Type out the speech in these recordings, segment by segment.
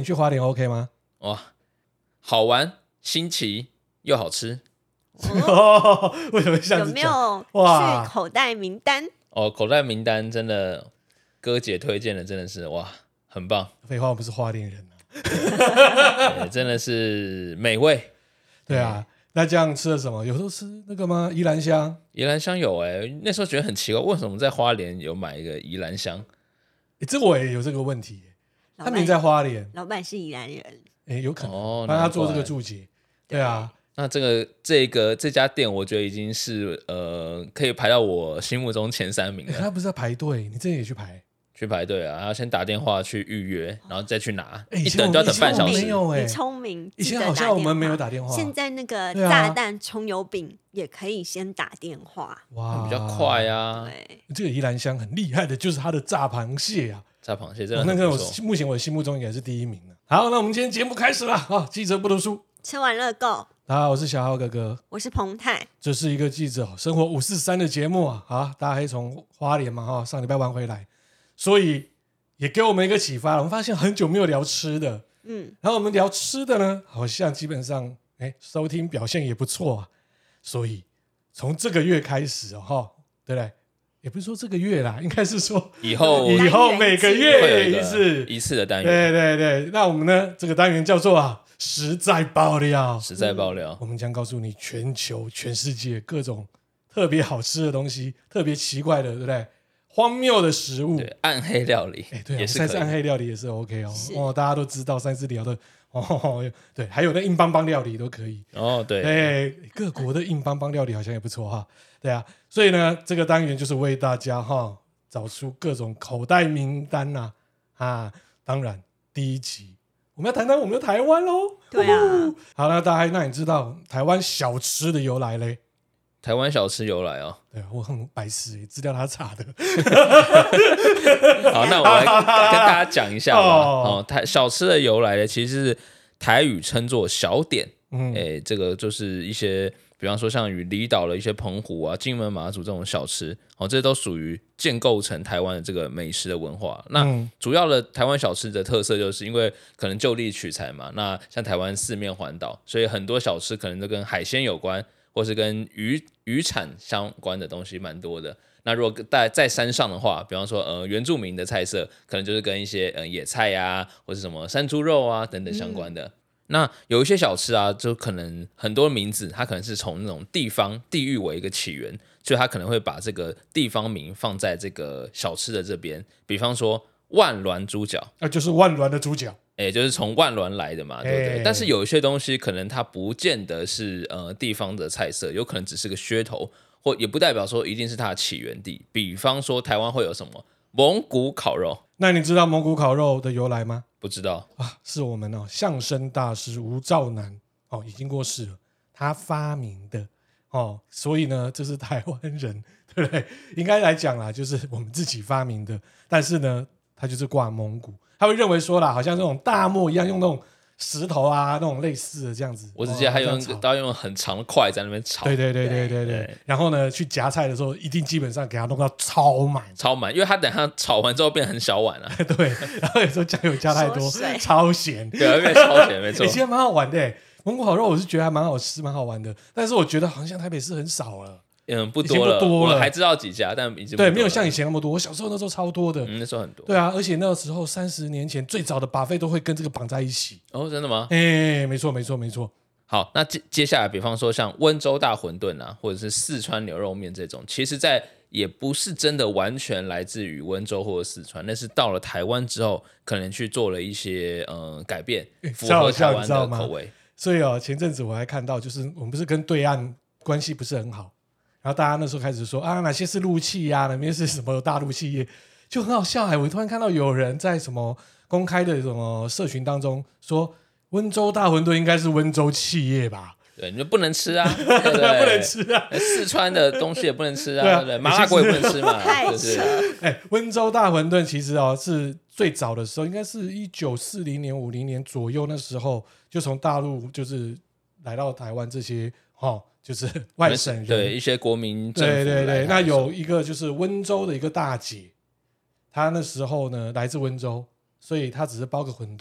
去花莲 OK 吗？ 哇，好玩、新奇又好吃。 为什么这样有没子讲？ 有去口袋名单？ 口袋名单真的，哥姐推荐的真的是哇，很棒。 废话，我不是花莲人真的是美味。 对啊，那这样吃了什么？有时候吃那个吗？宜兰香？ 宜兰香有那时候觉得很奇怪，为什么在花莲有买一个宜兰香？ 这我也有这个问题。他明在花莲， 老板是宜兰人， 有可能帮他做这个注解。对啊， 那这家店，我觉得已经是可以排到我心目中前3名了。 他不是在排队，你这也去排？ 去排队啊，要先打电话去预约，然后再去拿，一等就要等半小时。 你聪明， 以前好像我们没有打电话。 现在那个炸弹葱油饼也可以先打电话， 哇， 比较快啊。 对， 这个宜兰香很厉害的，就是它的炸螃蟹啊， 炸螃蟹真的很不错， 目前我心目中应该是第1名了。好，那我们今天节目开始了记者不读书， 吃完乐购。 大家好，我是小浩哥哥， 我是彭泰， 这是一个记者生活543的节目啊，大家可以从花莲嘛上礼拜玩回来，所以也给我们一个启发了。我们发现很久没有聊吃的，然后我们聊吃的呢，好像基本上收听表现也不错啊，所以从这个月开始对不对？也不是说这个月啦，应该是说以后每个月一次的单元。 对，那我们呢这个单元叫做实在爆料。 实在爆料， 我们将告诉你全世界各种特别好吃的东西，特别奇怪的，对不对？荒谬的食物， 对，暗黑料理， 对， 也是可以。 三暗黑料理也是 OK 大家都知道三只聊的对，还有那硬邦邦料理都可以对，各国的硬邦邦料理好像也不错对啊，所以呢，这个单元就是为大家找出各种口袋名单当然第一集我们要谈谈我们的台湾咯。 对啊， 好了，那你知道台湾小吃的由来嘞？ 台湾小吃由来对，我很白痴资料他查的。 好，那我来跟大家讲一下吧。小吃的由来呢，其实是台语称作小点。这个就是一些，比方说像与离岛的一些澎湖啊、金门、马祖这种小吃，这都属于建构成台湾的这个美食的文化。那主要的台湾小吃的特色，就是因为可能就地取材嘛。那像台湾四面环岛，所以很多小吃可能都跟海鲜有关，或是跟渔产相关的东西蛮多的。那如果在山上的话，比方说原住民的菜色，可能就是跟一些野菜啊，或是什么山猪肉啊等等相关的。那有一些小吃啊，就可能很多名字，它可能是从那种地域为一个起源，所以它可能会把这个地方名放在这个小吃的这边。比方说万峦猪脚， 就是万峦的猪脚。 就是从万峦来的嘛，对不对？但是有一些东西可能它不见得是地方的菜色，有可能只是个噱头，或也不代表说一定是它的起源地。比方说台湾会有什么蒙古烤肉？ 那你知道蒙古烤肉的由来吗？ 不知道是我们相声大师吴兆南已经过世了，他发明的所以呢，这是台湾人，对不对？应该来讲啦，就是我们自己发明的，但是呢，他就是挂蒙古。他会认为说啦，好像这种大漠一样，用那种石头啊，那种类似的这样子。 我只记得他用很长的筷在那边炒。 对。然后呢，去夹菜的时候，一定基本上给他弄到超满， 因为他等他炒完之后变很小碗了。 对，然后有时候酱油加太多，超咸。 对，变超咸，没错。 其实蛮好玩的蒙古烤肉，我是觉得还蛮好吃，蛮好玩的。但是我觉得好像台北市很少了。 不多了，我还知道几家，但已经对，没有像以前那么多。我小时候那时候超多的， 那时候很多。 对啊，而且那个时候30年前最早的buffet都会跟这个绑在一起。 真的吗？ 没错。 好，那接下来，比方说像温州大馄饨啊，或者是四川牛肉面这种，其实也不是真的完全来自于温州或者四川，那是到了台湾之后，可能去做了一些改变，符合台湾的口味。 所以前阵子我还看到，就是我们不是跟对岸关系不是很好。然后大家那时候开始说哪些是陆企啊，哪边是什么大陆企业，就很好笑我突然看到有人在什么公开的什么社群当中说，温州大馄饨应该是温州企业吧？ 对，你就不能吃啊， 对不对？不能吃啊， 四川的东西也不能吃啊，对，麻辣锅也不能吃嘛，就是温州大馄饨其实是最早的时候，应该是1940年、50年左右，那时候就从大陆就是来到台湾这些就是外省人， 对一些国民政府， 对，那有一个就是温州的一个大姐，她那时候呢来自温州，所以她只是包个馄饨，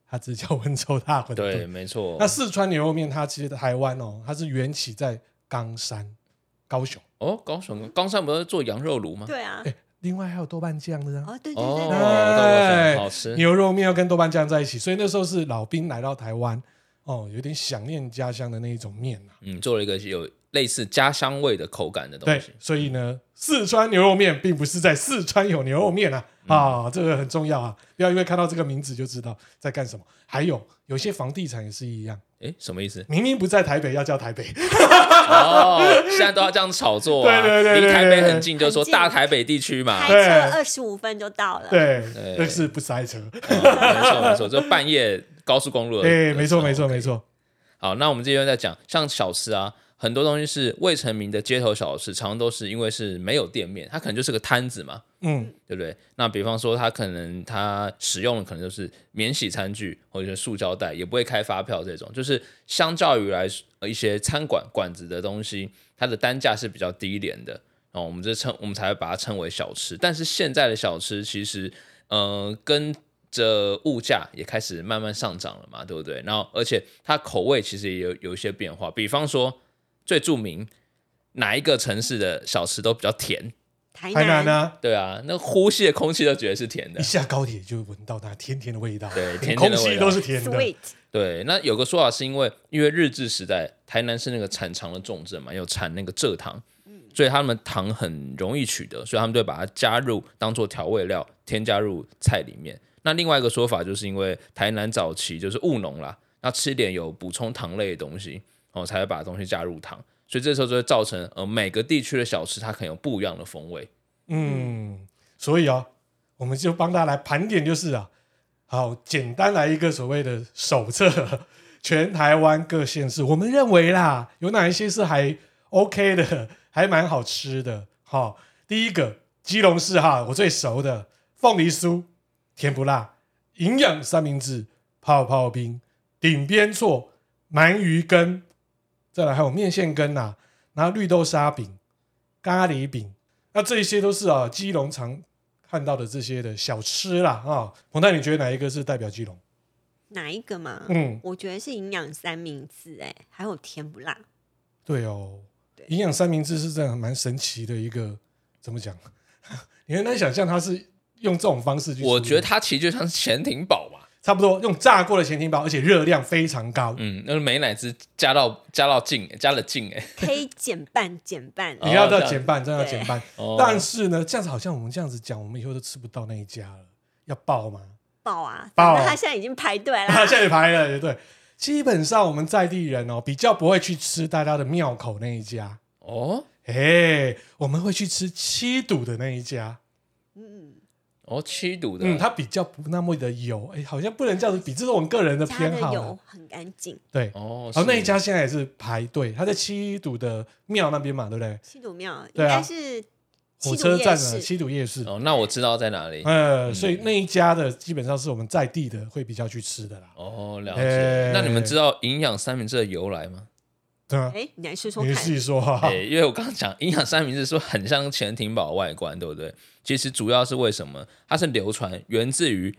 它只是叫温州大馄饨。 对，没错。 那四川牛肉面它其实台湾它是缘起在冈山、高雄。 高雄冈山不是做羊肉炉吗？ 对啊。 另外还有豆瓣酱的对， 好吃。 牛肉面要跟豆瓣酱在一起，所以那时候是老兵来到台湾，有点想念家乡的那一种面做了一个有类似家乡味的口感的东西。 对，所以呢，四川牛肉面并不是在四川有牛肉面这个很重要啊，不要因为看到这个名字就知道在干什么。还有些房地产也是一样， 什么意思？ 明明不在台北，要叫台北。 现在都要这样炒作啊！对， 离台北很近，就说大台北地区嘛， 开车25分就到了。 对，但是不塞车。 没错，就半夜高速公路。 没错。 好，那我们这边在讲，像小吃啊，很多东西是未成名的街头小吃，常常都是因为是没有店面，它可能就是个摊子嘛，对不对？那比方说，它使用的可能就是免洗餐具或者是塑胶袋，也不会开发票这种，就是相较于来一些餐馆馆子的东西，它的单价是比较低廉的，我们才会把它称为小吃。但是现在的小吃其实跟着物价也开始慢慢上涨了嘛，对不对？然后而且它口味其实也有一些变化，比方说最著名哪一个城市的小吃都比较甜？ 台南啊， 对啊，那呼吸的空气都觉得是甜的， 一下高铁就闻到它甜甜的味道， 对，甜空气都是甜的。 Sweet 对，那有个说法是因为日治时代台南是那个产糖的重镇嘛，有产那个蔗糖，所以他们糖很容易取得，所以他们就把它加入当做调味料，添加入菜里面。那另外一个说法就是因为台南早期就是务农啦，那吃点有补充糖类的东西，才会把东西加入糖，所以这时候就会造成每个地区的小吃它可能有不一样的风味。 所以我们就帮大家来盘点，就是好简单来一个所谓的手册，全台湾各县市，我们认为啦，有哪一些是还 OK 的，还蛮好吃的。第一个基隆市我最熟的凤梨酥，甜不辣，营养三明治，泡泡冰，顶边错，鳗鱼羹，再来还有面线羹然后绿豆沙饼，咖喱饼。那这些都是基隆常看到的这些的小吃啦彭太，你觉得哪一个是代表基隆？ 哪一个嘛？我觉得是营养三明治还有甜不辣。 对营养三明治是真的蛮神奇的一个，怎么讲？你很难想象它是用这种方式去处理。 我觉得它其实就像是潜艇堡嘛， 差不多用炸过的潜艇堡，而且热量非常高。 那个美乃滋加了劲可以减半。 你要减半，真的要减半。但是呢，这样子好像我们这样子讲，我们以后都吃不到那一家了。要爆吗？ 爆啊！那他现在已经排队了。 他现在也排了，对。基本上我们在地人比较不会去吃大家的庙口那一家我们会去吃七堵的那一家。 七堵的， 它比较不那么的油，好像不能这样子比，这是我们个人的偏好。 油很干净。 对，那一家现在也是排队，它在七堵的庙那边嘛，对不对？ 七堵庙应该是火车站的七堵夜市。 那我知道在哪里。 所以那一家的基本上是我们在地的会比较去吃的啦。 了解。那你们知道营养三明治的由来吗？ 你来说说看。 你自己说因为我刚刚讲营养三明治说很像潜艇堡外观，对不对？其实主要是为什么？它是源自于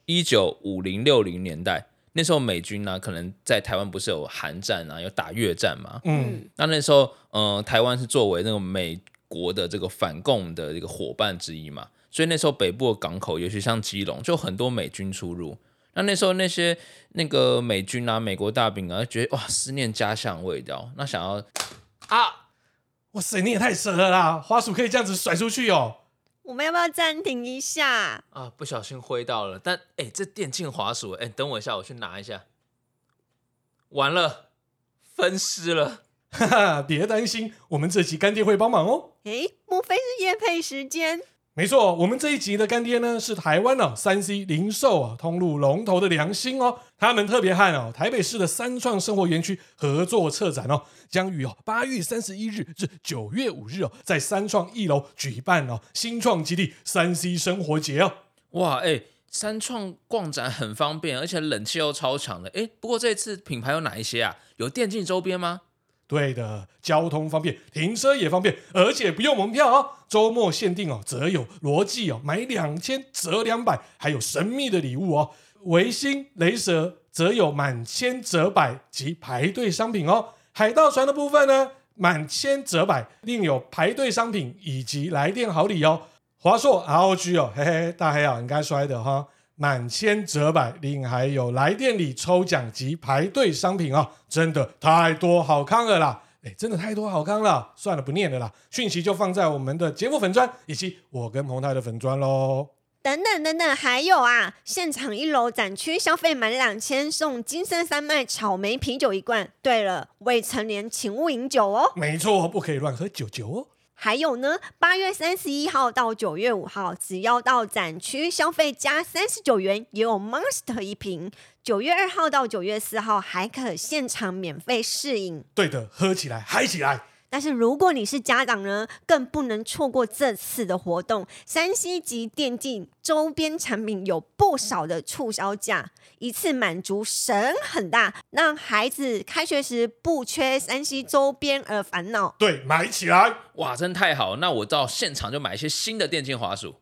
1950、60年代，那时候美军可能在台湾不是有韩战有打越战嘛？那时候台湾是作为那个美国的这个反共的一个伙伴之一嘛，所以那时候北部的港口，尤其像基隆，就很多美军出入。那时候那个美军美国大兵觉得思念家乡味道，那想要哇塞，你也太扯了啦！滑鼠可以这样子甩出去我们要不要暂停一下不小心挥到了，但这电竞滑鼠等我一下，我去拿一下。完了，分尸了。 别担心，我们这集干爹会帮忙莫非是业配时间？ 没错，我们这一集的干爹呢是台湾3C 零售通路龙头的良心他们特别和台北市的三创生活园区合作策展将于8月31日至9月5日在三创1楼举办新创基地3C 生活节哇三创逛展很方便，而且冷气又超强的不过这次品牌有哪一些有电竞周边吗？ 对的，交通方便，停车也方便，而且不用门票周末限定则有逻辑买2000折200，还有神秘的礼物维新、雷蛇则有满千折百及排队商品哦。海盗船的部分呢，满千折百，另有排队商品以及来电好礼哦。华硕 ROG 哦，嘿嘿，大黑啊，应该摔的哈，满千折百，另还有来电礼抽奖及排队商品哦，真的太多好康了啦！真的太多好康了，算了不念了啦，讯息就放在我们的节目粉专以及我跟彭太的粉专咯。 等等等等，还有啊！现场1楼展区消费满2000送金森山脉草莓啤酒1罐。对了，未成年请勿饮酒哦。 没错，不可以乱喝酒哦。 还有呢，8月31号到9月5号，只要到展区消费加39元，也有 Monster 1瓶。9月2号到9月4号，还可现场免费试饮。 对的，喝起来，嗨起来！ 但是如果你是家长呢，更不能错过这次的活动。3C 及电竞周边产品有不少的促销价，一次满足省很大，让孩子开学时不缺3C 周边而烦恼。 对，买起来！ 哇，真太好！那我到现场就买一些新的电竞滑鼠。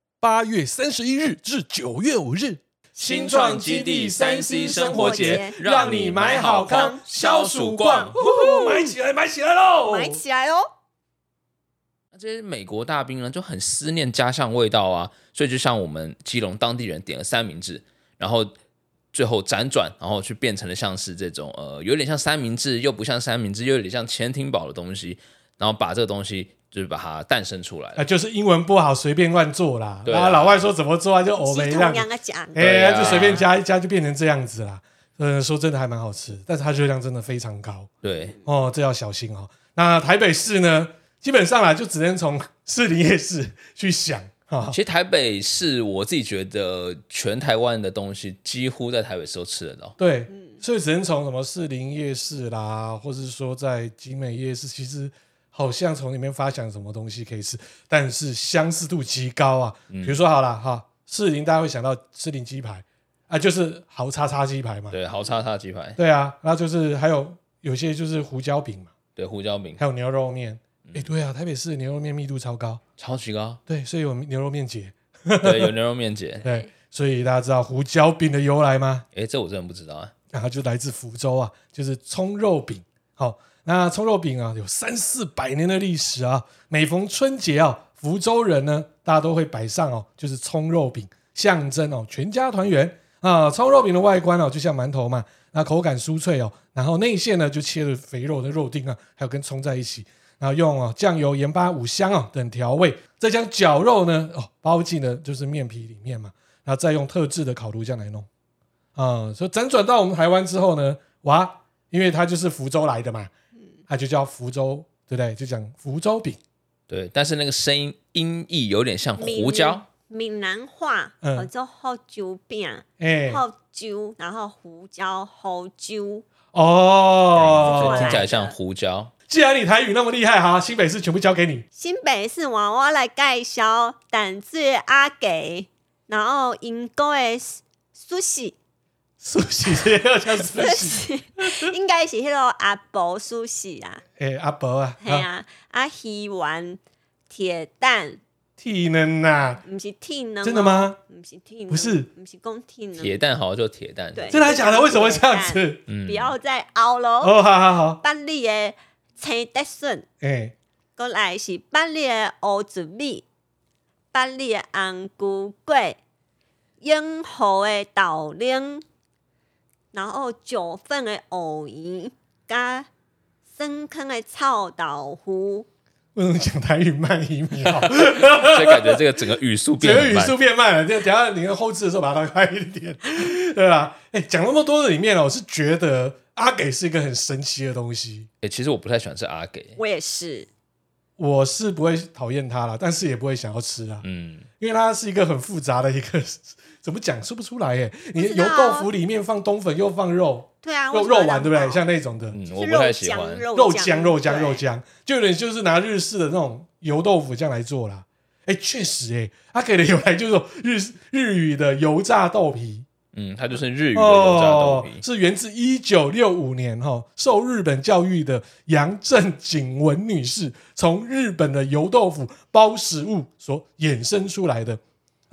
8月31日至9月5日。 新创基地 3C 生活节，让你买好康，消暑逛， 买起来，买起来喽！ 买起来哦！ 那这些美国大兵呢，就很思念家乡味道啊，所以就像我们基隆当地人点了三明治，然后最后辗转，然后去变成了像是这种有点像三明治，又不像三明治，又有点像潜艇堡的东西，然后把这个东西就是把它诞生出来了。 就是英文不好，随便乱做啦。然后老外说怎么做就欧美样，就随便加一加就变成这样子啦。说真的还蛮好吃，但是它热量真的非常高。 对哦，这要小心哦。那台北市呢，基本上啦就只能从士林夜市去想。 其实台北市我自己觉得全台湾的东西几乎在台北市都吃得到。 对，所以只能从什么士林夜市啦，或是说在景美夜市，其实好像从里面发想什么东西可以吃，但是相似度极高啊。比如说好了哈，士林大家会想到士林鸡排啊，就是豪叉叉鸡排嘛。 对，豪叉叉鸡排。 对啊，然后就是还有些就是胡椒饼嘛。 对，胡椒饼， 还有牛肉面。对啊，台北市的牛肉面密度超高， 超级高。 对，所以有牛肉面节。 对，有牛肉面节。 对，所以大家知道胡椒饼的由来吗？ 这我真的不知道啊。 然后就来自福州啊，就是葱肉饼。好，那葱肉饼啊，有300-400年的历史啊。每逢春节啊，福州人呢，大家都会摆上哦，就是葱肉饼，象征哦全家团圆啊。葱肉饼的外观哦，就像馒头嘛，那口感酥脆哦，然后内馅呢就切了肥肉的肉丁啊，还有跟葱在一起。然后用酱油、盐巴、五香等调味，再将绞肉呢包进了就是面皮里面嘛，然后再用特制的烤炉酱来弄所以辗转到我们台湾之后呢，哇，因为它就是福州来的嘛，它就叫福州，对不对？就讲福州饼。 对，但是那个声音译有点像胡椒。 闽南话叫做胡椒饼，胡椒，然后胡椒，胡椒。 所以听起来像胡椒。 既然你台语那么厉害，好，新北市全部交给你。 新北市我来介绍淡水的阿给，然后英国的寿司， 寿司这个叫寿司， 应该是迄个阿婆寿司啦。 阿婆啊， 系啊，鱼丸、铁蛋、 铁蛋啊， 不是铁蛋， 真的吗？ 不是铁蛋， 不是， 不是讲铁蛋。 铁蛋好像就铁蛋， 对， 真的还假的？为什么会这样子？ 不要再凹咯。 好。 捌你的青竹笋，过来是捌你的乌竹米，捌你的红菇粿，永和的豆奶，然后9份的芋圆，加深坑的臭豆腐。 为什么讲台语慢1秒？ 所以感觉这个整个语速变慢， 整个语速变慢了。等一下你后置的时候把它快一点，对吧？讲那么多的里面我是觉得阿给是一个很神奇的东西。 其实我不太喜欢吃阿给， 我也是， 我是不会讨厌它啦，但是也不会想要吃啦。因为它是一个很复杂的一个，怎么讲说不出来耶。你油豆腐里面放冬粉又放肉， 对啊， 肉丸对不对？像那种的， 我不太喜欢肉浆，就有点就是拿日式的那种油豆腐酱来做啦。确实它给的由来就是日语的油炸豆皮。 它就是日语的油炸豆皮， 是源自1965年受日本教育的杨正景文女士从日本的油豆腐包食物所衍生出来的。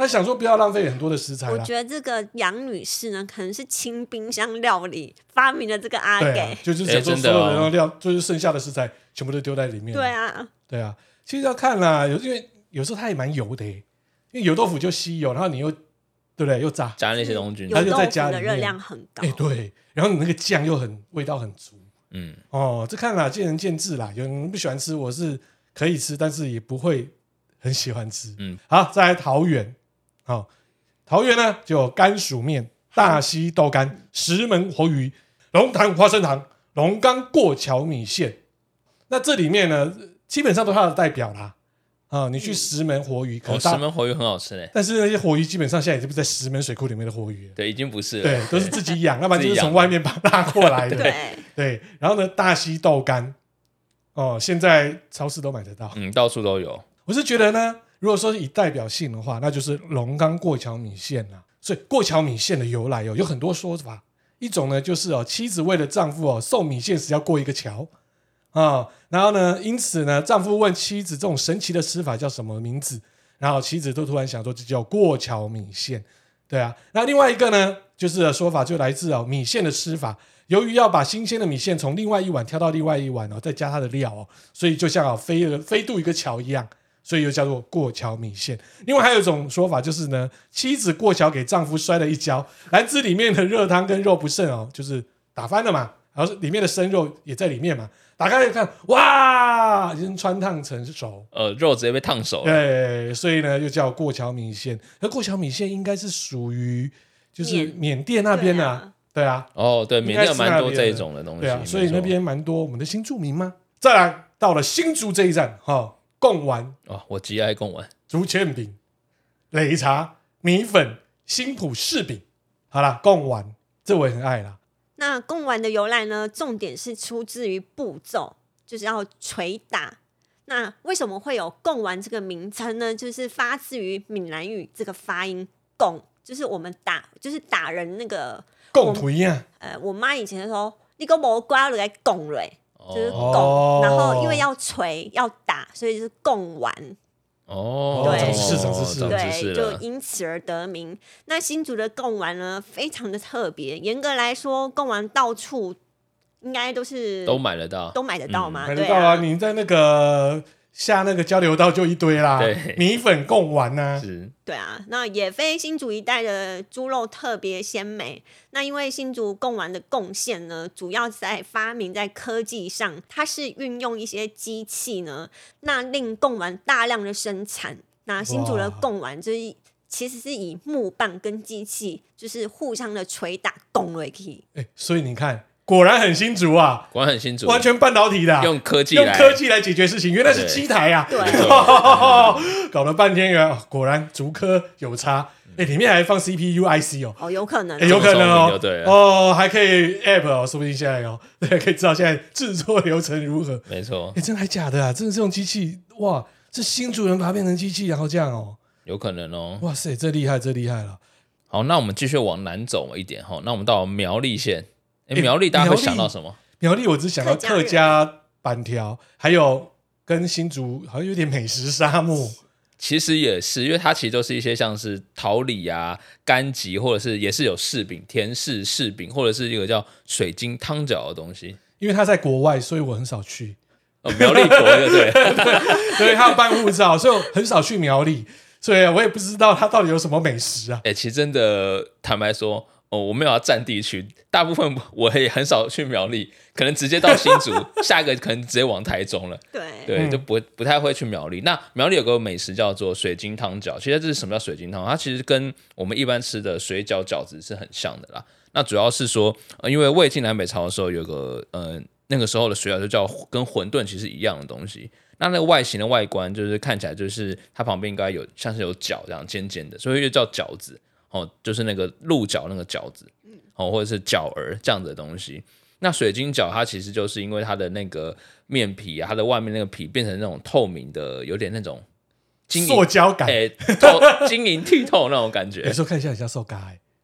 他想说不要浪费很多的食材啦。 我觉得这个杨女士呢，可能是清冰箱料理发明了这个阿给， 就是想说所有的料，就是剩下的食材全部都丢在里面。 对啊， 其实要看啦，因为有时候它也蛮油的因为油豆腐就吸油，然后你又对不对？又炸那些东西进去， 它就在加里面， 油豆腐的热量很高。 对，然后你那个酱又味道很足。这看啦，见仁见智啦。有人不喜欢吃，我是可以吃，但是也不会很喜欢吃。好，再来桃园。桃园呢就有甘薯面、大溪豆干、石门活鱼、龙潭花生糖、龙岗过桥米线。那这里面呢，基本上都是它的代表啦。你去石门活鱼， 石门活鱼很好吃嘞。 但是那些活鱼基本上现在已经不在石门水库里面的活鱼了， 对，已经不是了， 对，都是自己养，要不然就是从外面把它拉过来的。对，然后呢，大溪豆干，现在超市都买得到， 到处都有。 我是觉得呢，如果说以代表性的话，那就是龙岗过桥米线啦。所以过桥米线的由来有很多说法，一种呢就是妻子为了丈夫送米线时要过一个桥。然后呢，因此呢，丈夫问妻子这种神奇的吃法叫什么名字，然后妻子都突然想说这叫过桥米线。对啊，那另外一个呢，就是说法就来自米线的吃法，由于要把新鲜的米线从另外一碗挑到另外一碗再加它的料所以就像飞渡一个桥一样，所以又叫做过桥米线。另外还有一种说法就是呢，妻子过桥给丈夫摔了一跤，篮子里面的热汤跟肉不剩就是打翻了嘛，然后里面的生肉也在里面嘛，打开来看，哇，已经穿烫成熟， 肉直接被烫熟了。 对，所以呢又叫过桥米线。那过桥米线应该是属于就是缅甸那边的，对啊， 对，缅甸有蛮多这种的东西， 对啊，所以那边蛮多我们的新住民嘛。再来到了新竹这一站，贡丸我极爱贡丸、 竹签饼、擂茶、米粉、新埔柿饼。好啦，贡丸这我也很爱啦。 那贡丸的由来呢，重点是出自于步骤，就是要捶打。那为什么会有贡丸这个名称呢？就是发自于闽南语这个发音贡，就是我们就是打人那个贡腿啊。 我妈以前就说你都没乖就该贡嘞，就是贡，然后因为要捶要打，所以就是贡丸。 长知识， 对，就因此而得名。那新竹的贡丸呢，非常的特别。严格来说，贡丸到处应该都买得到嘛， 买得到啊！你在那个下那个交流道就一堆啦，米粉贡丸啊， 对啊。那也非新竹一带的猪肉特别鲜美。那因为新竹贡丸的贡献呢，主要在发明在科技上，它是运用一些机器呢，那令贡丸大量的生产。那新竹的贡丸就是其实是以木棒跟机器就是互相的捶打拱了去。 所以你看。果然很新竹啊，完全半导体的， 用科技来解决事情，原来是机台啊！ 对， 搞了半天果然竹科有差。里面还放 CPU IC 有可能， 有可能对还可以 App 说不定现在对，可以知道现在制作流程如何。 没错， 真的还假的啊？真的这种机器哇，是新竹人把它变成机器，然后这样有可能哇塞，这厉害了。 好，那我们继续往南走一点那我们到苗栗县。苗栗大家会想到什么？ 苗栗我只想到客家板条，还有跟新竹好像有点美食沙漠。 其实也是，因为它其实都是一些像是桃李啊、柑橘，或者是也是有柿饼、甜柿柿饼，或者是一个叫水晶汤饺的东西。 因为它在国外，所以我很少去。 苗栗国对， 对，他要办护照，所以我很少去苗栗，所以我也不知道它到底有什么美食啊。 其实真的坦白说。我没有要占地区，大部分我也很少去苗栗，可能直接到新竹，下一个可能直接往台中了。对，就不太会去苗栗。那苗栗有个美食叫做水晶汤饺，其实这是什么叫水晶汤？它其实跟我们一般吃的水饺饺子是很像的啦。那主要是说，因为魏晋南北朝的时候有个那个时候的水饺就叫跟馄饨其实一样的东西。那个外形的外观就是看起来就是它旁边应该像是有角这样尖尖的，所以就叫饺子。就是那个鹿角那个饺子，或者是饺儿这样子的东西。那水晶饺它其实就是因为它的那个面皮啊，它的外面那个皮变成那种透明的，有点那种塑胶感， 晶莹剔透那种感觉。 有时候看起来很像塑胶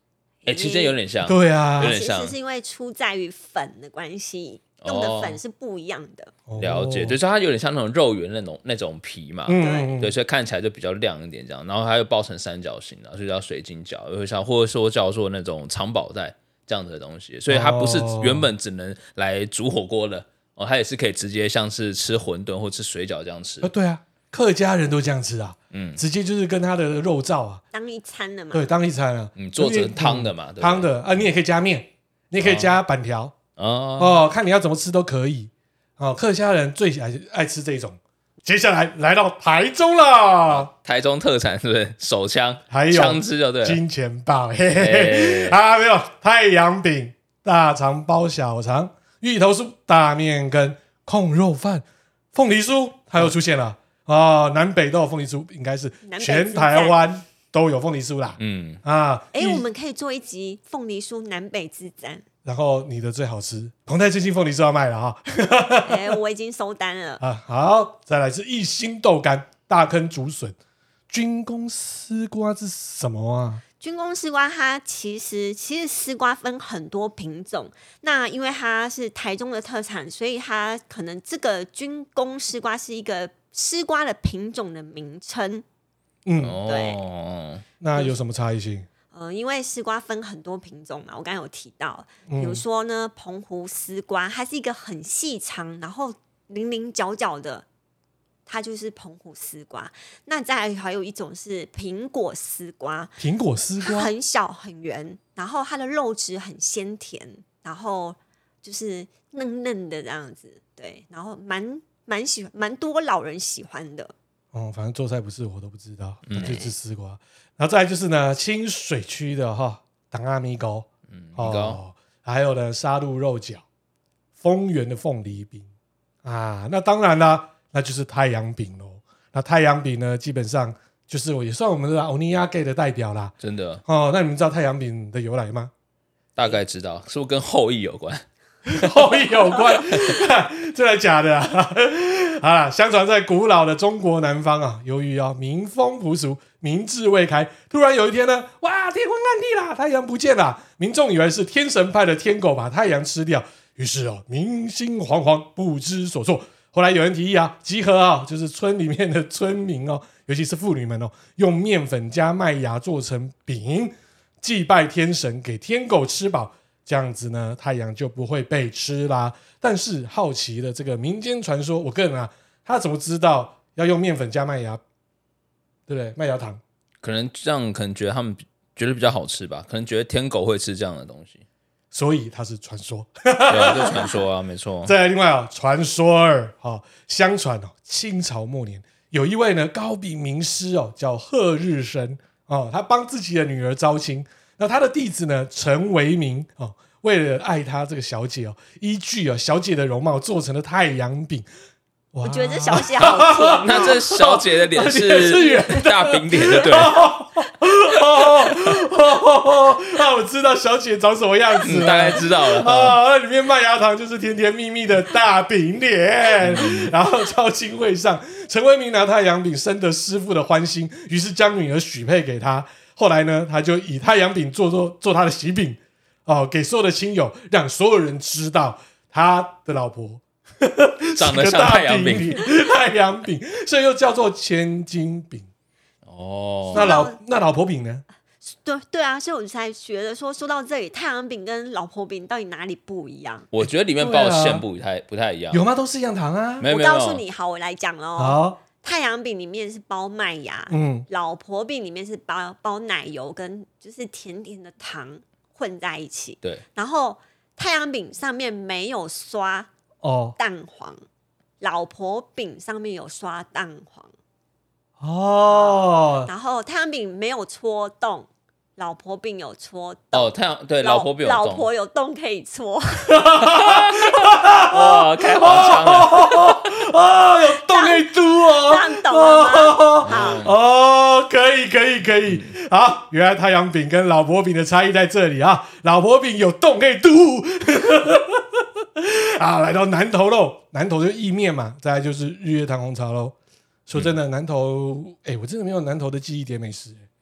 其实有点像， 对啊， 有点像， 其实是因为出在于粉的关系，用的粉是不一样的。 了解，就是它有点像那种肉圆那种皮嘛，对，所以看起来就比较亮一点这样，然后它又包成三角形的，所以叫水晶饺，或者说叫做那种藏宝袋这样子的东西，所以它不是原本只能来煮火锅的它也是可以直接像是吃馄饨或吃水饺这样吃。 对啊，客家人都这样吃啊，直接就是跟他的肉燥啊当一餐的嘛， 对，当一餐啊， 做成汤的嘛， 汤的啊，你也可以加面，你也可以加板条看你要怎么吃都可以客家人最爱吃这种。接下来来到台中了， 台中特产是不是手枪还有枪支就对了， 金钱豹，嘿嘿嘿没有太阳饼、大肠包小肠、芋头酥、大面羹、控肉饭、凤梨酥，它又出现了南北都有凤梨酥，应该是全台湾都有凤梨酥啦。 我们可以做一集凤梨酥南北之战。 然后你的最好吃，澎湃最近凤梨酥要卖了我已经收单了好，再来是一心豆干、大坑竹笋、军功丝瓜是什么啊？ 军功丝瓜它其实丝瓜分很多品种，那因为它是台中的特产，所以它可能这个军功丝瓜是一个丝瓜的品种的名称。对， 那有什么差异性？ 因为丝瓜分很多品种嘛，我刚才有提到，比如说呢，澎湖丝瓜，它是一个很细长，然后棱棱角角的，它就是澎湖丝瓜。那再来还有一种是苹果丝瓜， 苹果丝瓜很小很圆，然后它的肉质很鲜甜，然后就是嫩嫩的这样子，对，然后蛮多老人喜欢的。 反正做菜不是我都不知道，就吃丝瓜。然后再来就是呢，清水区的党阿米糕，还有呢沙鹿肉饺、丰原的凤梨饼那当然啦，那就是太阳饼咯。那太阳饼呢，基本上就是也算我们的欧尼亚给的代表啦， 真的那你们知道太阳饼的由来吗？ 大概知道，是不是跟后羿有关？ 后羿有关，这来假的相传在古老的中国南方由于民风朴素，民智未开，突然有一天呢，哇，天昏暗地啦，太阳不见了，民众以为是天神派的天狗把太阳吃掉，于是民心惶惶，不知所措。后来有人提议集合就是村里面的村民尤其是妇女们用面粉加麦芽做成饼，祭拜天神，给天狗吃饱，这样子呢，太阳就不会被吃啦。但是好奇的这个民间传说，我个人他怎么知道要用面粉加麦芽，对不对？麦芽糖， 可能这样，可能觉得他们觉得比较好吃吧，可能觉得天狗会吃这样的东西， 所以它是传说。 对啊，这传说没错。 再来另外传说二相传清朝末年有一位呢糕饼名师叫贺日升他帮自己的女儿招亲，那他的弟子呢陈为民为了爱他这个小姐依据小姐的容貌做成了太阳饼。 我觉得这小姐好甜那这小姐的脸是大饼脸的，对。 我知道小姐长什么样子大概知道了那里面麦芽糖就是甜甜蜜蜜的大饼脸然后招亲会上，陈为民拿太阳饼深得师父的欢心，于是将女儿许配给他。后来呢，他就以太阳饼做他的喜饼给所有的亲友，让所有人知道他的老婆长得像太阳饼， 太阳饼，所以又叫做千金饼。那老婆饼呢？ 对啊，所以我才觉得说到这里，太阳饼跟老婆饼到底哪里不一样？ 我觉得里面包的馅不太一样。 有吗？都是一样糖啊。 我告诉你，好，我来讲咯。太阳饼里面是包麦芽，老婆饼里面是包奶油跟就是甜甜的糖混在一起。 对， 然后太阳饼上面没有刷蛋黄，老婆饼上面有刷蛋黄。然后太阳饼没有戳洞，老婆饼有戳洞。 对，老婆饼有洞， 老婆有洞可以戳。 哇，开黄腔了有洞可以嘟这样懂了吗？ 可以。好，原来太阳饼跟老婆饼的差异在这里老婆饼有洞可以嘟。来到南投喽，南投就是意面嘛，再来就是日月潭红茶喽。说真的，南投我真的没有南投的记忆点美食。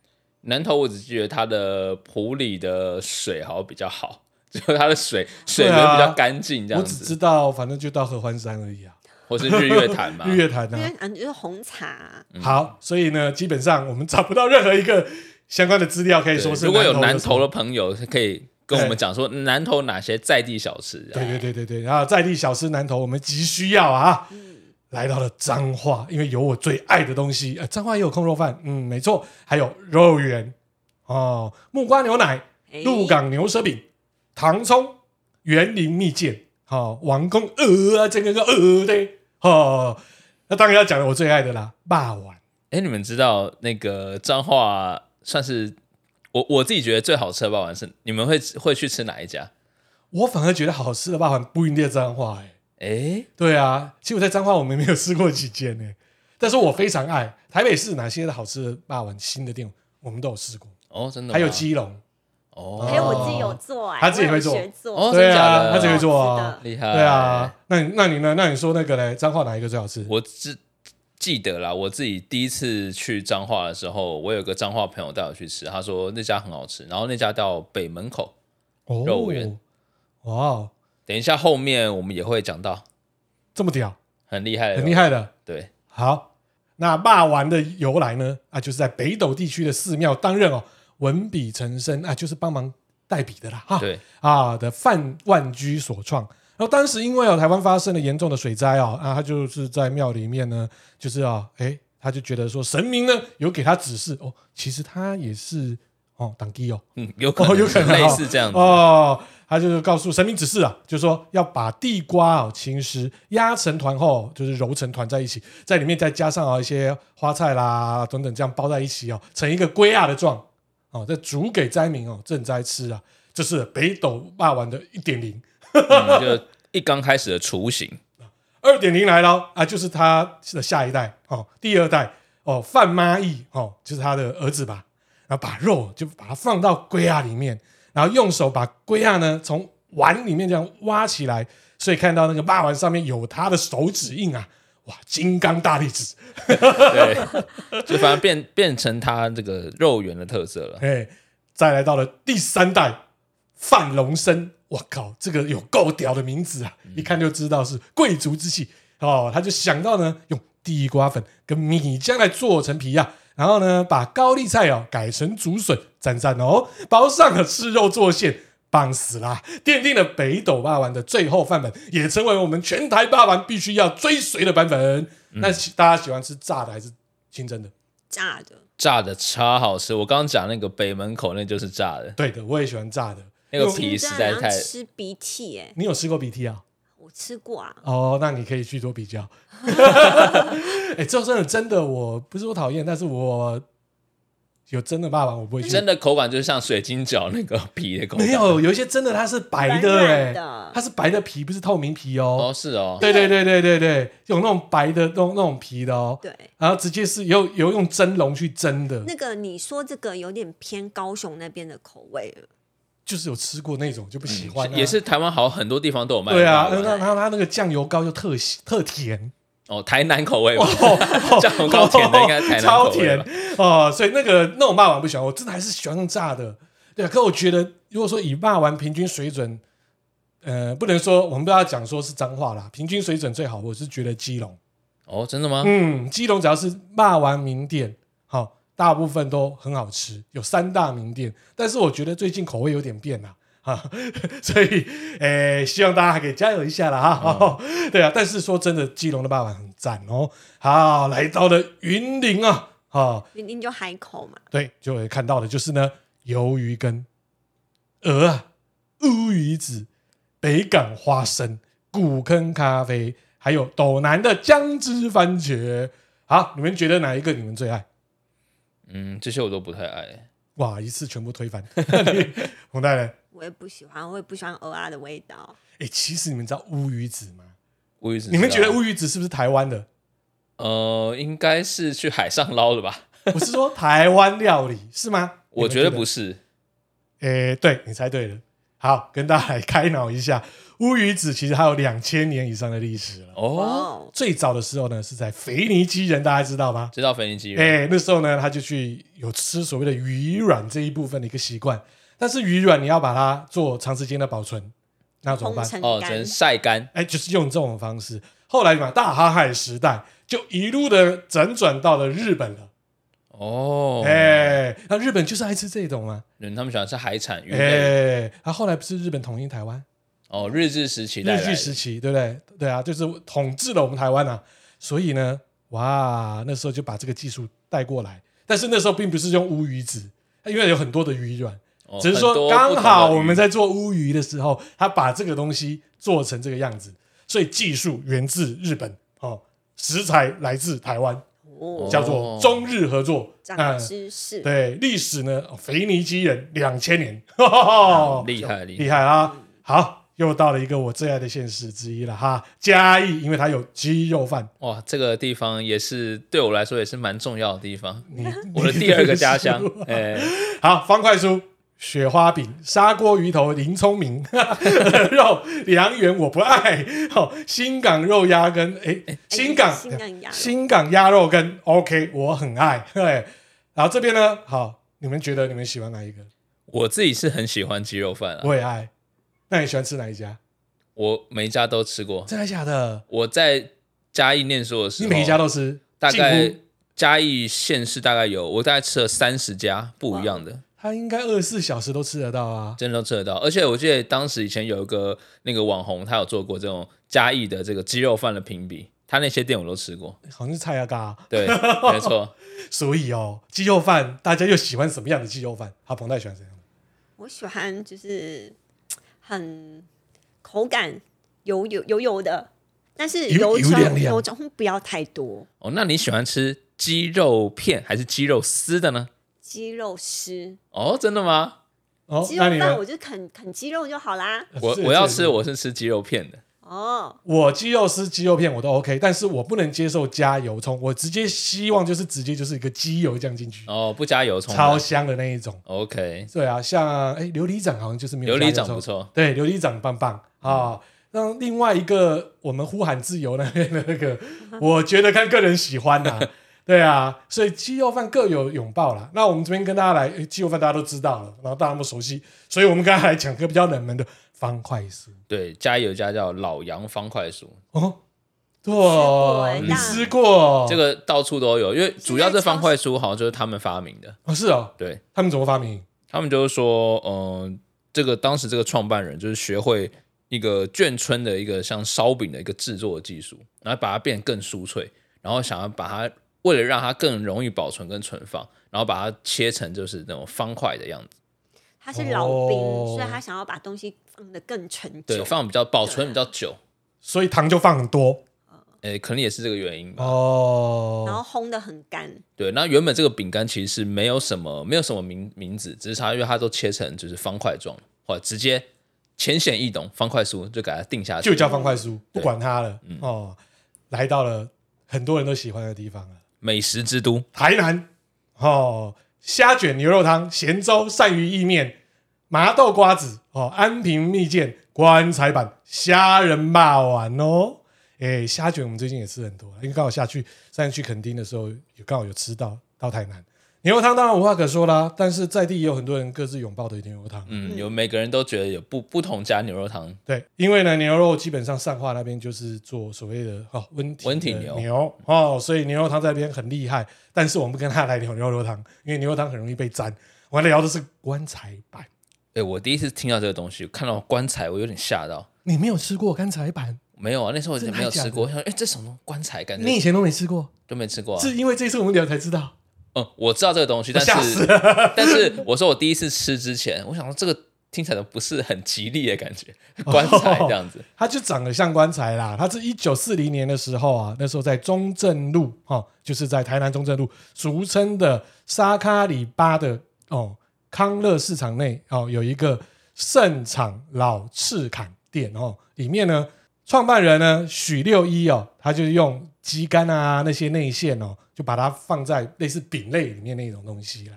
南投我只记得它的埔里的水好像比较好，就它的水源比较干净这样子。 我只知道反正就到合欢山而已啊， 或是日月潭嘛。 日月潭啊， 日月潭就是红茶。 好，所以呢，基本上我们找不到任何一个相关的资料可以说是。 如果有南投的朋友可以跟我们讲说南投哪些在地小吃。 对，然后在地小吃南投我们急需要啊。来到了彰化，因为有我最爱的东西，彰化也有控肉饭，没错，还有肉圆哦，木瓜牛奶、鹿港牛舌饼、糖葱、园林蜜饯，王宫这个的那当然要讲我最爱的啦，肉丸。 你们知道那个彰化算是我自己觉得最好吃的肉丸是你们会去吃哪一家？ 我反而觉得好吃的肉丸不一定在彰化对啊，其实我在彰化我们没有吃过几间但是我非常爱台北市哪些好吃的肉丸新的店我们都有吃过真的吗？ 还有基隆我自己有做他自己会做对啊， 他自己会做啊， 厉害。 对啊，那你呢？那你说那个呢？彰化哪一个最好吃？ 我记得啦，我自己第一次去彰化的时候，我有个彰化朋友带我去吃，他说那家很好吃，然后那家叫北门口肉圆。 哇， 等一下后面我们也会讲到， 这么屌， 很厉害的。 对，好， 那肉丸的由来呢？就是在北斗地区的寺庙担任文笔成身就是帮忙代笔的啦。 对的范万居所创。然后当时因为台湾发生了严重的水灾他就是在庙里面呢，就是他就觉得说神明呢有给他指示其实他也是当机有可能类似这样子他就告诉神明指示就是说要把地瓜青丝压成团后，就是揉成团在一起，在里面再加上一些花菜啦等等，这样包在一起成一个龟的状再煮给灾民赈灾吃这是北斗肉丸的 1.0。 就一刚开始的雏形。 2.0 来了就是他的下一代第二代范妈义就是他的儿子吧，然后把肉就把它放到龟里面，然后用手把龟呢从碗里面这样挖起来，所以看到那个肉丸上面有他的手指印哇，金刚大力指。 对，就反正变成他这个肉圆的特色了。 再来到了第3代范龙生，我靠，这个有够屌的名字一看就知道是贵族之气他就想到呢用地瓜粉跟米浆来做成皮然后呢把高丽菜改成竹笋，赞包上了吃肉做馅，棒死啦！奠定了北斗肉丸的最后范本，也成为我们全台肉丸必须要追随的版本。那大家喜欢吃炸的还是清蒸的？ 炸的超好吃，我刚刚讲那个北门口那就是炸的。 对的，我也喜欢炸的。 那个皮实在太吃鼻涕你有吃过鼻涕我吃过那你可以去做比较。这真的我不是我讨厌，但是我有真的肉丸我不会去。 真的口感就是像水晶饺那个皮的口感。 没有一些真的它是白的它是白的皮，不是透明皮是哦。 对，有那种白的那种皮的对， 然后直接是有用蒸笼去蒸的。 那个你说这个有点偏高雄那边的口味了。 就是有吃过那种就不喜欢也是台湾好很多地方都有卖。 对然后它那个酱油膏又特甜台南口味吧酱油膏甜的应该台南口味超甜所以那种肉丸不喜欢，我真的还是喜欢用炸的。对可我觉得如果说以肉丸平均水准不能说我们不要讲说是彰化啦，平均水准最好我是觉得基隆。 真的吗？ 基隆只要是肉丸名店大部分都很好吃，有3大名店，但是我觉得最近口味有点变所以希望大家还可以加油一下啦对但是说真的基隆的肉丸很赞好，来到了云林云林就海口嘛， 对，就会看到的就是呢鱿鱼羹、鹅乌鱼子、北港花生、古坑咖啡，还有斗南的姜汁番茄。好，你们觉得哪一个你们最爱？ 这些我都不太爱。 哇，一次全部推翻。洪大人， 我也不喜欢蚵的味道。 其实你们知道乌鱼子吗？ 乌鱼子， 你们觉得乌鱼子是不是台湾的？ 应该是去海上捞的吧？ 我是说台湾料理是吗？ 我觉得不是。 对，你猜对了。 好，跟大家来开脑一下，乌鱼子其实还有2000年以上的历史了。 哦， 最早的时候呢，是在腓尼基人，大家知道吗？ 知道腓尼基人。 那时候呢，他就去有吃所谓的鱼卵这一部分的一个习惯。但是鱼卵你要把它做长时间的保存，那怎么办？ 只能晒干。 就是用这种方式。后来嘛，大航海时代就一路的辗转到了日本了。那日本就是爱吃这种啊， 他们喜欢吃海产鱼类。 后来不是日本统一台湾？ 日治时期， 对不对？对啊，就是统治了我们台湾啊。所以呢，哇，那时候就把这个技术带过来。但是那时候并不是用乌鱼子，因为有很多的鱼卵。只是说刚好我们在做乌鱼的时候，他把这个东西做成这个样子，所以技术源自日本，食材来自台湾，叫做中日合作。 长知识。 对，历史呢，腓尼基人2000年， 厉害啊！好，又到了一个我最爱的县市之一了哈，嘉义，因为它有鸡肉饭。 哇，这个地方也是对我来说也是蛮重要的地方，我的第2个家乡。 好，方块酥。雪花饼、砂锅鱼头、林聪明肉、良缘我不爱，新港肉鸭跟新港鸭肉跟 OK 我很爱。对，然后这边呢，好，你们觉得你们喜欢哪一个？ 我自己是很喜欢鸡肉饭我也爱。那你喜欢吃哪一家？ 我每一家都吃过。 真的假的？ 我在嘉义念书的时候， 你每一家都吃？ 大概嘉义县市大概有，我大概吃了30家不一样的。 他应该24小时都吃得到啊， 真的都吃得到。而且我记得当时以前有一个那个网红，他有做过这种嘉义的这个鸡肉饭的评比，他那些店我都吃过， 好像是蔡阿嘎。 对，没错。 所以鸡肉饭大家又喜欢什么样的鸡肉饭？彭太喜欢怎样的？ 我喜欢就是很口感油的，但是油葱不要太多。 那你喜欢吃鸡肉片还是鸡肉丝的呢？ 鸡肉丝。 真的吗？ 鸡肉饭我就啃鸡肉就好啦。 我要吃，我是吃鸡肉片的。 我鸡肉丝、鸡肉片我都 OK， 但是我不能接受加油葱，我希望就是直接就是一个鸡油酱进去。 不加油葱， 超香的那一种。 OK， 对啊，像琉璃掌好像就是没有加油葱。 琉璃掌不错， 对，琉璃掌棒棒啊。那另外一个我们呼喊自由那边的那个，我觉得看个人喜欢啦。对啊，所以鸡肉饭各有拥抱啦。那我们这边跟大家来，鸡肉饭大家都知道了，然后大家那么熟悉，所以我们刚才来讲个比较冷门的方块酥。 对，嘉义有一家叫老杨方块酥。 你吃过？ 这个到处都有，因为主要这方块酥好像就是他们发明的。 是哦。 对， 他们怎么发明？ 他们就是说，这个当时这个创办人就是学会一个眷村的一个像烧饼的一个制作的技术，然后把它变得更酥脆，然后想要把它为了让它更容易保存跟存放，然后把它切成就是那种方块的样子。 他是老兵，所以他想要把东西放得更陈旧， 对，保存比较久， 所以糖就放很多。 可能也是这个原因吧。 然后烘得很干。 对，那原本这个饼干其实是没有什么名字，只是因为它都切成就是方块状，或者直接浅显易懂方块酥就给它定下去， 就叫方块酥，不管它了。来到了很多人都喜欢的地方了， 美食之都台南。虾卷牛肉汤、咸粥、鳝鱼意面、麻豆瓜子、安平蜜饯、棺材板、虾仁霸丸哦。虾卷我们最近也吃很多，因为刚好上去垦丁的时候，刚好有吃到台南。牛肉汤当然无话可说啦，但是在地也有很多人各自拥抱的牛肉汤。 有每个人都觉得有不同家牛肉汤。 对，因为呢牛肉基本上上化那边就是做所谓的温体牛所以牛肉汤在那边很厉害。但是我们不跟他来聊牛肉汤，因为牛肉汤很容易被沾。我们聊的是棺材板。 我第一次听到这个东西，看到棺材我有点吓到。 你没有吃过棺材板？没有啊，那时候我没有吃过。我想这什么棺材感觉？ 你以前都没吃过？ 都没吃过是因为这次我们聊才知道。 我知道这个东西，但是我说我第一次吃之前，我想说这个听起来不是很吉利的感觉，棺材这样子。 它就长得像棺材啦。它是1940年的时候啊，那时候在中正路就是在台南中正路，俗称的沙卡里巴的康乐市场内有一个盛场老赤坎店里面呢，创办人呢许六一他就用鸡肝啊那些内馅就把它放在类似饼类里面那种东西啦。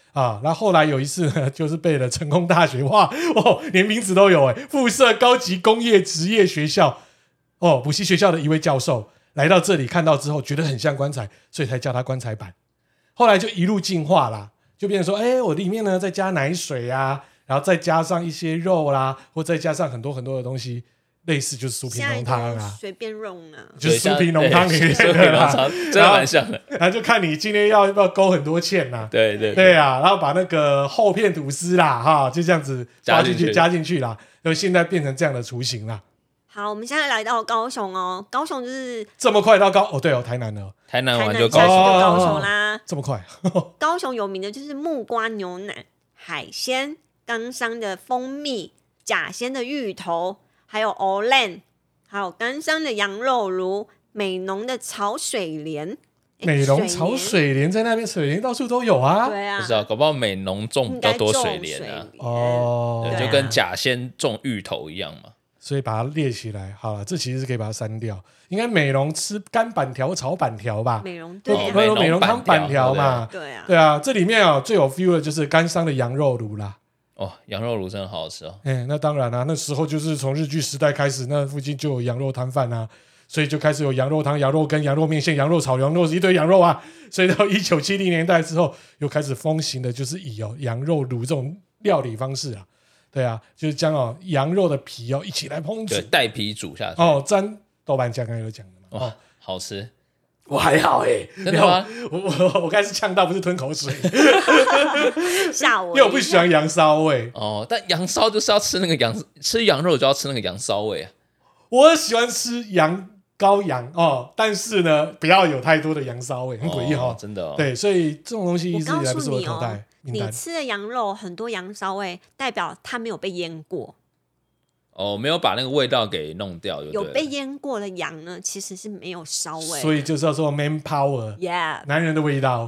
啊。然后后来有一次呢，就是被了成功大学，哇哦，连名字都有哎，附设高级工业职业学校哦，补习学校的一位教授来到这里看到之后，觉得很像棺材，所以才叫它棺材板。后来就一路进化啦，就变成说，我里面呢再加奶水啊，然后再加上一些肉啦，或再加上很多很多的东西。类似就是酥皮浓汤啊， 随便用啊， 就是酥皮浓汤里面的啦，真的蛮像的。 然后就看你今天要不要勾很多芡呐，对啊，然后把那个厚片吐司啦，哈，就这样子加进去啦，就现在变成这样的雏形啦。 好，我们现在来到高雄哦，高雄就是这么快到对哦，台南了， 台南完就高雄啦， 这么快。 高雄有名的就是木瓜牛奶、海鲜、冈山的蜂蜜、甲仙的芋头。还有欧兰，还有冈山的羊肉炉，美浓的炒水莲， 美浓炒水莲在那边，水莲到处都有啊。 对啊， 不知道，搞不好美浓种比较多水莲啊。 哦， 就跟甲仙种芋头一样嘛。 所以把它列起来，好了，这其实是可以把它删掉。应该美浓吃干板条、炒板条吧？ 美浓对，美浓汤板条嘛。对啊，这里面最有 feel 的就是冈山的羊肉炉啦。 哦，羊肉炉真的好好吃哦！ 那当然啦，那时候就是从日据时代开始，那附近就有羊肉摊贩啊，所以就开始有羊肉汤、羊肉羹、羊肉面线、羊肉炒、羊肉一堆羊肉啊。所以到1970年代之后，又开始风行的就是以羊肉炉这种料理方式啊，对啊，就是将羊肉的皮一起来烹煮， 对，带皮煮下去沾豆瓣酱，刚才有讲的嘛， 好吃。 我还好真的吗？ 我刚才是呛到，不是吞口水， 吓我！ 因为我不喜欢羊骚味但羊骚就是要吃那个吃羊肉就要吃那个羊骚味啊。 我喜欢吃羔羊但是呢，不要有太多的羊骚味，很诡异真的对，所以这种东西一直以来不是我口袋。 你吃的羊肉很多羊骚味，代表它没有被腌过。 没有把那个味道给弄掉。 有被腌过的羊呢，其实是没有骚味， 所以就是要说 man power， 男人的味道。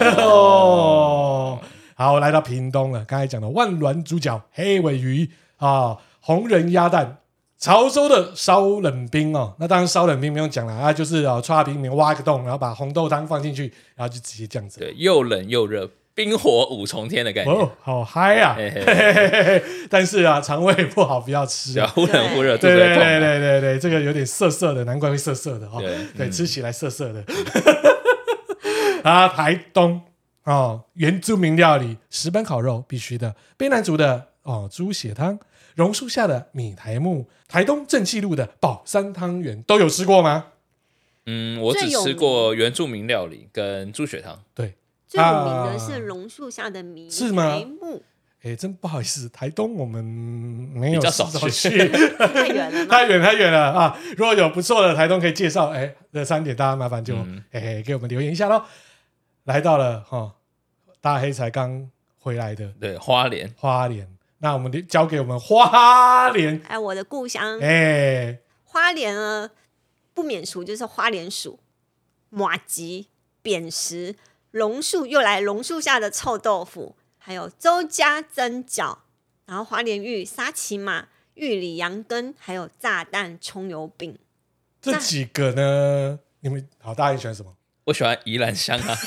好，来到屏东了，刚才讲的万峦猪脚、黑尾鱼红人鸭蛋，潮州的烧冷冰那当然烧冷冰不用讲了就是抓冰里面挖个洞，然后把红豆汤放进去，然后就直接这样子。 对，又冷又热。冰火五重天的感觉好嗨啊！但是肠胃不好，不要吃忽冷忽热， 对，这个有点涩涩的，难怪会涩涩的对，吃起来涩涩的。台东原住民料理石板烤肉必须的，卑南族的猪血汤，榕树下的米苔目，台东正气路的宝山汤圆，都有吃过吗？ 我只吃过原住民料理跟猪血汤。 对。 最有名的是榕树下的米苔目， 真不好意思，台东我们没有比较少去， 太远了， 太远了啊！如果有不错的台东可以介绍，这3点大家麻烦就给我们留言一下咯。来到了大黑才刚回来的， 对，花莲， 那我们交给我们花莲， 我的故乡，花莲呢不免俗就是花莲薯、麻糬、扁食。榕树又来榕树下的臭豆腐，还有周家蒸饺，然后花莲玉、沙琪玛、玉里羊羹，还有炸弹葱油饼。 这几个呢？你们好，大家喜欢什么？ 我喜欢宜兰香啊！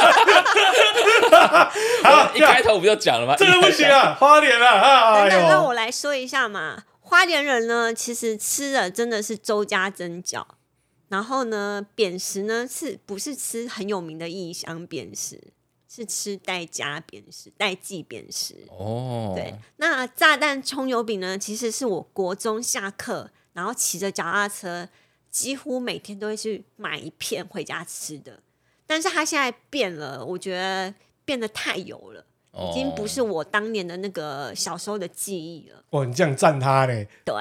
一开头不就讲了吗？ 这个不行啊，花莲啊！ 等，让我来说一下嘛。花莲人呢，其实吃的真的是周家蒸饺。然后呢，扁食呢不是吃很有名的义乡扁食，是吃代家扁食、代记扁食。对。那炸弹葱油饼呢，其实是我国中下课，然后骑着脚踏车，几乎每天都会去买一片回家吃的。但是它现在变了，我觉得变得太油了。已经不是我当年的那个小时候的记忆了。 你这样赞他呢？ 对。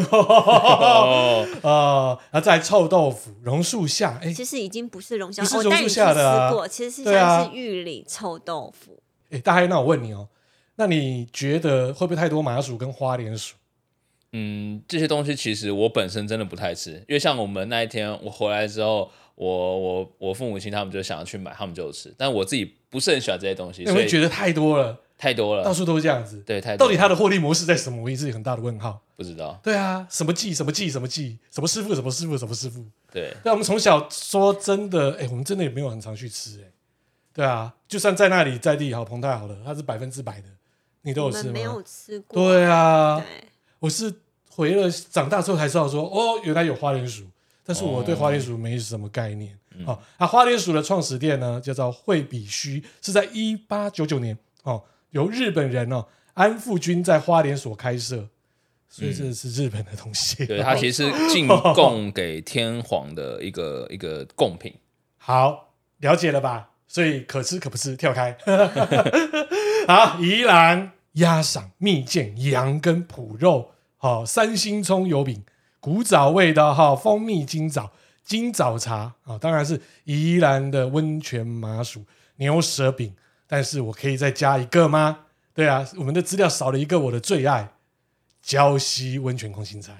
然后再臭豆腐、榕树下， 其实已经不是榕树下， 不是榕树下的吃过，其实是像是玉里臭豆腐。 大黑，那我问你那你觉得会不会太多麻薯跟花莲薯？ 这些东西其实我本身真的不太吃，因为像我们那一天我回来之后，我父母亲他们就想要去买，他们就吃，但我自己不是很喜欢这些东西， 所以觉得太多了，到处都是这样子。 对，太多了。 到底它的获利模式在什么？我一直有很大的问号。 不知道。对啊，什么技，什么技，什么技，什么师傅，什么师傅，什么师傅。 对。 我们从小说真的，我们真的也没有很常去吃对啊，就算在那里在地好澎湃好了，它是100%的，你都有吃吗？ 没有吃过。 对啊， 对， 我是回了长大之后才知道说，哦，原来有花莲薯，但是我对花莲薯没什么概念。花莲薯的创始店呢，叫做惠比须，是在1899年由日本人安富君在花莲所开设，所以这是日本的东西。 对，它其实是进贡给天皇的一个贡品。 好，了解了吧？所以可吃可不吃，跳开。好，宜兰鸭赏、蜜饯、羊跟脯肉，三星葱油饼，古早味的蜂蜜金枣茶当然是宜兰的温泉麻薯、牛舌饼。但是我可以再加一个吗？对啊，我们的资料少了一个我的最爱——礁溪温泉空心菜。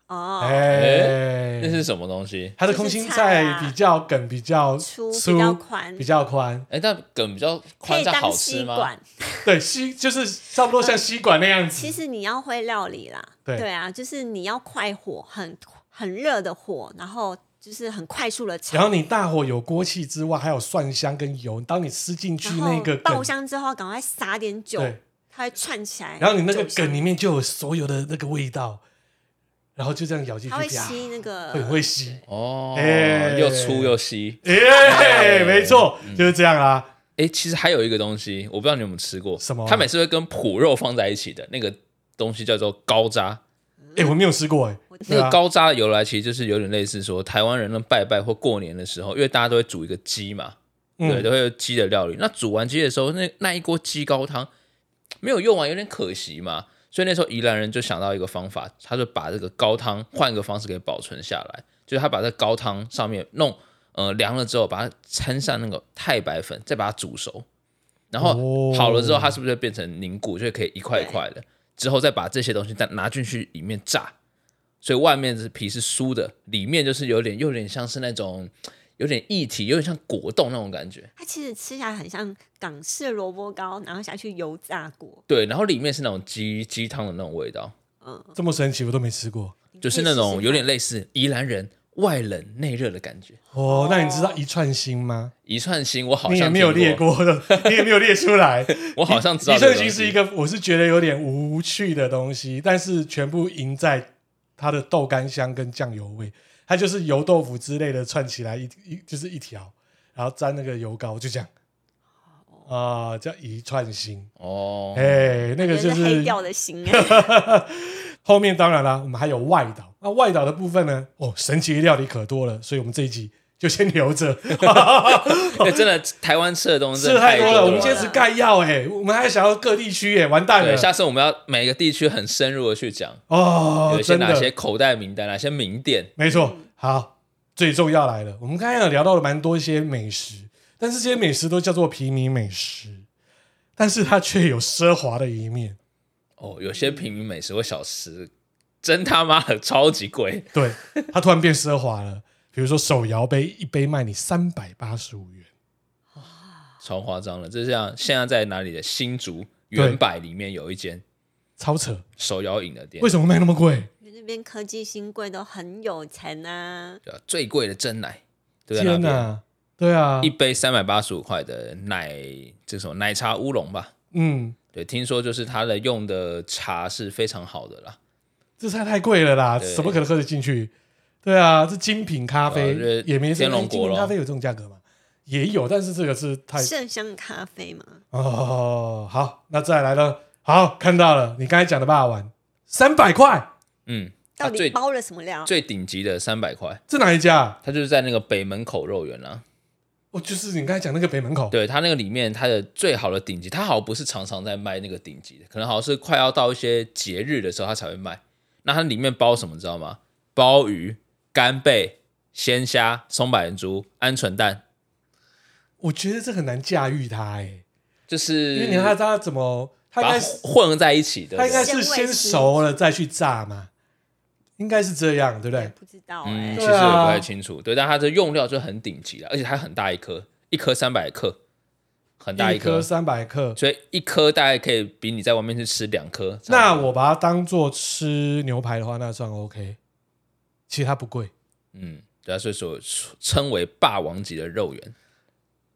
那是什么东西？ 它的空心菜比较梗比较粗比较宽。 但梗比较宽，这好吃吗？ 对，就是差不多像吸管那样子。 其实你要会料理啦，对啊，就是你要快火，很热的火，然后就是很快速的炒。 然后你大火有锅气之外，还有蒜香跟油。当你吃进去那个梗爆香之后，赶快撒点酒，它会串起来。 然后你那个梗里面就有所有的那个味道。然后就这样咬进去， 它会吸那个， 会吸又粗又吸， 没错，就是这样啦。 其实还有一个东西，我不知道你有没有吃过， 什么？ 它每次会跟脯肉放在一起的那个东西叫做高渣。 我没有吃过那个高渣的由来其实就是有点类似说，台湾人的拜拜或过年的时候，因为大家都会煮一个鸡嘛，对，都会有鸡的料理。那煮完鸡的时候，那一锅鸡高汤没有用完，有点可惜嘛。所以那时候宜兰人就想到一个方法，他就把这个高汤换一个方式给保存下来，就是他把这高汤上面弄凉了之后，把它掺上那个太白粉，再把它煮熟，然后好了之后，它是不是就变成凝固，就可以一块一块的？之后再把这些东西再拿进去里面炸，所以外面的皮是酥的，里面就是有点像是那种有点液体，有点像果冻那种感觉。 它其实吃起来很像港式的萝卜糕，然后下去油炸过。 对，然后里面是那种鸡汤的那种味道。 这么神奇，我都没吃过。 就是那种有点类似宜兰人外冷内热的感觉。 那你知道一串心吗？ 一串心我好像你也没有列过的，你也没有列出来。 我好像知道一串心是一个我是觉得有点无趣的东西，但是全部赢在它的豆干香跟酱油味。它就是油豆腐之类的串起来就是一条，然后沾那个油膏，就这样叫一串心那个就是黑掉的心后面当然啦，我们还有外岛。那外岛的部分呢？神奇料理可多了，所以我们这一集就先留着。 真的，台湾吃的东西吃太多了，我们今天只概要我们还想要各地区完蛋了。 下次我们要每个地区很深入的去讲有一些哪些口袋名单，哪些名店。 没错，好，最重要来了。我们刚才有聊到了蛮多一些美食，但是这些美食都叫做平民美食，但是它却有奢华的一面。 有些平民美食或小吃真他妈的超级贵， 对，它突然变奢华了。比如说手摇杯，一杯卖你385元， 超夸张了。这像现在在哪里的新竹原百里面有一间超扯手摇饮的店， 为什么卖那么贵？ 因为那边科技新贵都很有钱啊。 最贵的珍奶， 天哪！对啊， 一杯385块的这种奶茶乌龙吧。对，听说就是它的用的茶是非常好的啦。 这菜太贵了啦，怎么可能喝得进去？对啊，这精品咖啡也没天龙国精品咖啡有这种价格吗？也有，但是这个是太麝香咖啡嘛。 好，那再来了。好，看到了，你刚才讲的霸王300块， 到底包了什么料？ 最顶级的300块， 这哪一家？ 它就是在那个北门口肉圆啊。 就是你刚才讲那个北门口， 对，它那个里面它的最好的顶级，它好像不是常常在卖那个顶级的，可能好像是快要到一些节日的时候它才会卖。那它里面包什么知道吗？鲍鱼、干贝、鲜虾、松柏猪、鹌鹑蛋。 我觉得这很难驾驭它就是因为你看它怎么，它应该混在一起的， 它应该是先熟了再去炸嘛，应该是这样，对不对？ 不知道其实也不太清楚。对，但它的用料就很顶级了，而且它很大一颗，一颗300克，很大一颗 300克， 所以一颗大概可以比你在外面去吃2颗。 那我把它当做吃牛排的话，那算 OK。其实它不贵， 对啊，所以说称为霸王级的肉圆。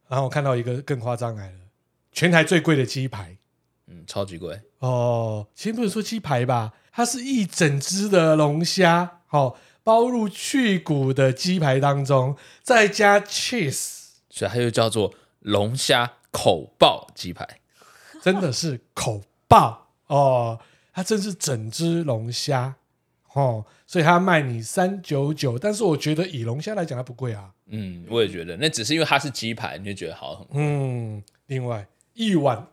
然后我看到一个更夸张来了，全台最贵的鸡排， 超级贵哦。其实不能说鸡排吧，它是一整只的龙虾，包入去骨的鸡排当中，再加 cheese， 所以它又叫做龙虾口爆鸡排， 真的是口爆哦！它真是整只龙虾哦，所以它卖你399，但是我觉得以龙虾来讲它不贵啊。 我也觉得，那只是因为它是鸡排，你就觉得好很贵。 另外一碗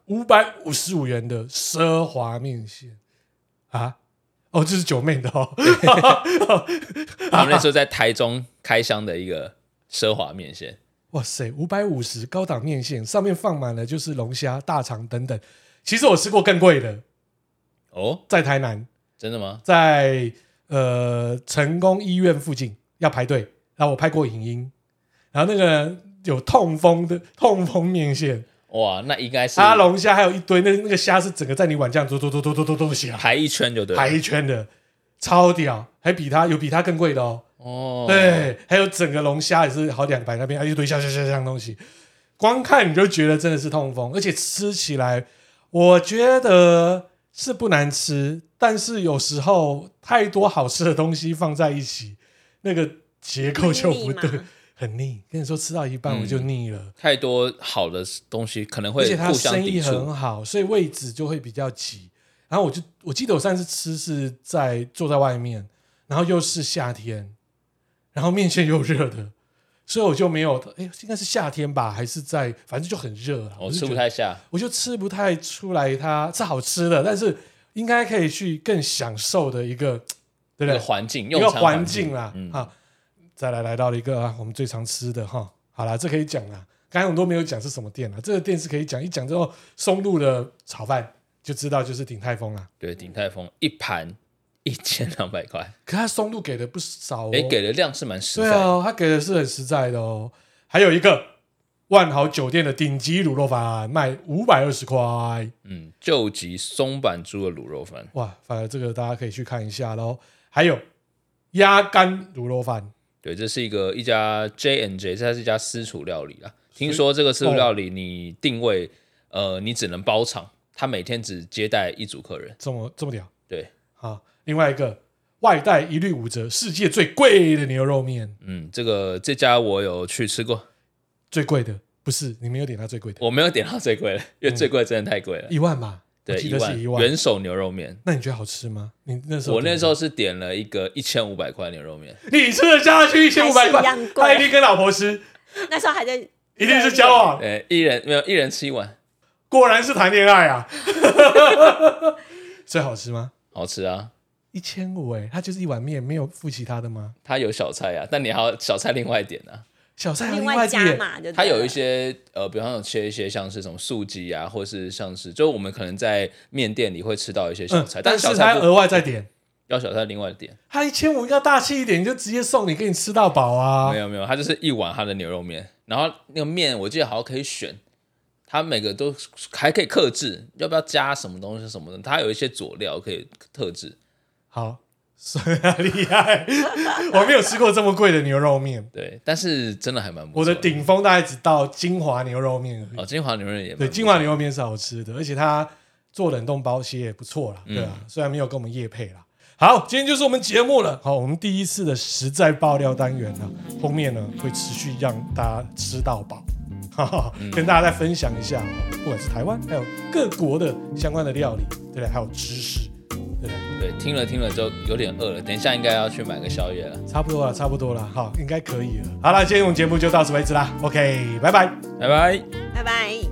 555元的奢华面线啊，这是九妹的哦。 我们那时候在台中开箱的一个奢华面线， 哇塞，550高档面线上面放满了就是龙虾、大肠等等。其实我吃过更贵的哦， 在台南。 真的吗？ 在成功医院附近要排队，然后我拍过影音，然后那个有痛风面线， 哇，那应该是它龙虾还有一堆那个虾是整个在你碗这样都起来， 排一圈就对了， 排一圈的，超屌，还比它更贵的哦。对，还有整个龙虾也是好200那边，还有一堆虾东西，光看你就觉得真的是痛风，而且吃起来我觉得是不难吃，但是有时候太多好吃的东西放在一起，那个结构就不对，很腻。跟你说吃到一半我就腻了， 太多好的东西可能会互相抵触，而且它生意很好，所以位置就会比较挤。然后我记得我上次吃是坐在外面，然后又是夏天，然后面线又热的，所以我就没有应该是夏天吧，还是反正就很热了， 我吃不太下， 我就吃不太出来它是好吃的，但是应该可以去更享受的一个，对不对？ 环境， 一个环境啦。再来到了一个我们最常吃的哈，好啦，这可以讲啦。刚才我们都没有讲是什么店啦，这个店是可以讲，一讲之后松露的炒饭就知道就是鼎泰丰啦。 对，鼎泰丰一盘1200块， 可他松露给的不少给的量是蛮实在的。 对哦，他给的是很实在的哦。还有一个万豪酒店的顶级卤肉饭卖520块， 救急松板猪的卤肉饭， 哇，反而这个大家可以去看一下咯。还有鸭肝卤肉饭， 对，这是一家 J&J， 它是一家私厨料理啦。听说这个私厨料理你定位你只能包场，他每天只接待1组客人， 这么屌。 对， 好，另外一个外带一律5折，世界最贵的牛肉面。 这家我有去吃过， 最贵的不是你没有点到最贵的， 我没有点到最贵的，因为最贵真的太贵了 ，1万吧？ 对 ，1万元首牛肉面。 那你觉得好吃吗？ 我那时候是点了一个1500块牛肉面， 你吃得下去1500块？他一定跟老婆吃， 那时候还在， 一定是交往。 一人吃1碗， 果然是谈恋爱啊！所以好吃吗？ 好吃啊 ！1500它就是一碗面，没有附其他的吗？ 它有小菜啊，但你还要小菜另外点啊。 小菜另外加嘛， 它有一些比方有切一些像是什么素鸡啊，或是像是就我们可能在面店里会吃到一些小菜， 但是小菜它额外再点， 要小菜另外点。 它1500要大气一点，就直接送你，给你吃到饱啊！ 没有，它就是一碗它的牛肉面，然后那个面我记得好像可以选，它每个都还可以客制，要不要加什么东西什么的，它有一些佐料可以特制。 好。厉害！我没有吃过这么贵的牛肉面， 对，但是真的还蛮不错。 我的顶峰大概只到金华牛肉面而已。 金华牛肉面也对，金华牛肉面是好吃的，而且它做冷冻包其实也不错啦，对啊，虽然没有跟我们业配啦。好，今天就是我们节目了。好，我们第一次的实在爆料单元呢，后面呢会持续让大家吃到饱，跟大家再分享一下，不管是台湾还有各国的相关的料理，对不对？还有知识。 对，听了就有点饿了，等一下应该要去买个宵夜了。 差不多了，好，应该可以了。好了，今天我们节目就到此为止啦。OK， 拜拜， 拜拜， 拜拜。